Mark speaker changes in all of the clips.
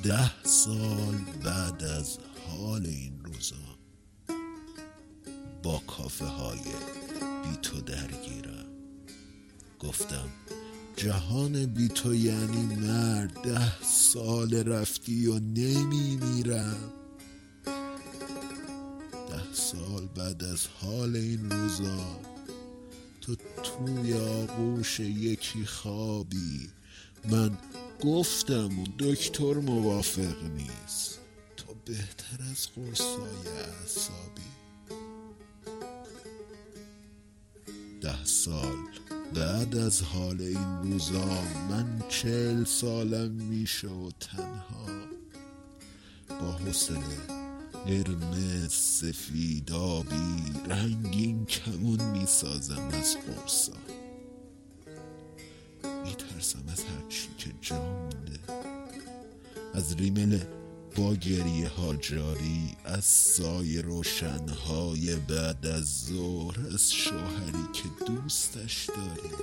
Speaker 1: 10 سال بعد از حال این روزا با کافه های بی تو درگیرم. گفتم جهان بی تو یعنی مرد، 10 سال رفتی و نمیمیرم. 10 سال بعد از حال این روزا تو توی آغوش یکی خوابی. من گفتم و دکتر موافق نیست، تو بهتر از قرصای اعصابی. 10 سال بعد از حال این روزا من 40 سالم میشه و تنها با حوصله قرمز سفید آبی رنگین کمون میسازم از قرصا. میترسم از هرچی که جا مونده، از ریمل با گریه ها جاری، از سایه روشنهای بعد از ظهر، از شوهری که دوستش داری.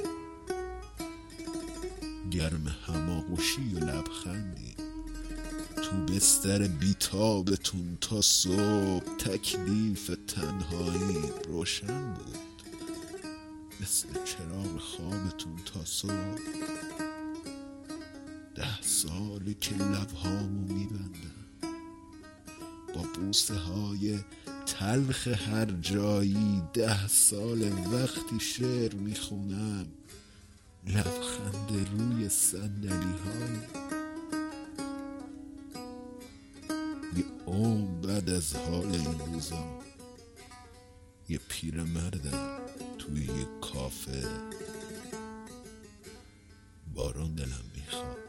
Speaker 1: گرم هماغوشی و لبخندی تو بستر بیتابتون تا صبح. تکلیف تنهایی روشن بود مثل چراغ خوابتون تا صبح. 10 سالی که لبهامو میبندم با بوسه های تلخ هر جایی. 10 سال وقتی شعر میخونم لبخند روی صندلی های. یه عمر بعد از حال این روزا یه پیرمردم توی یه کافه، بارون دلم میخواد.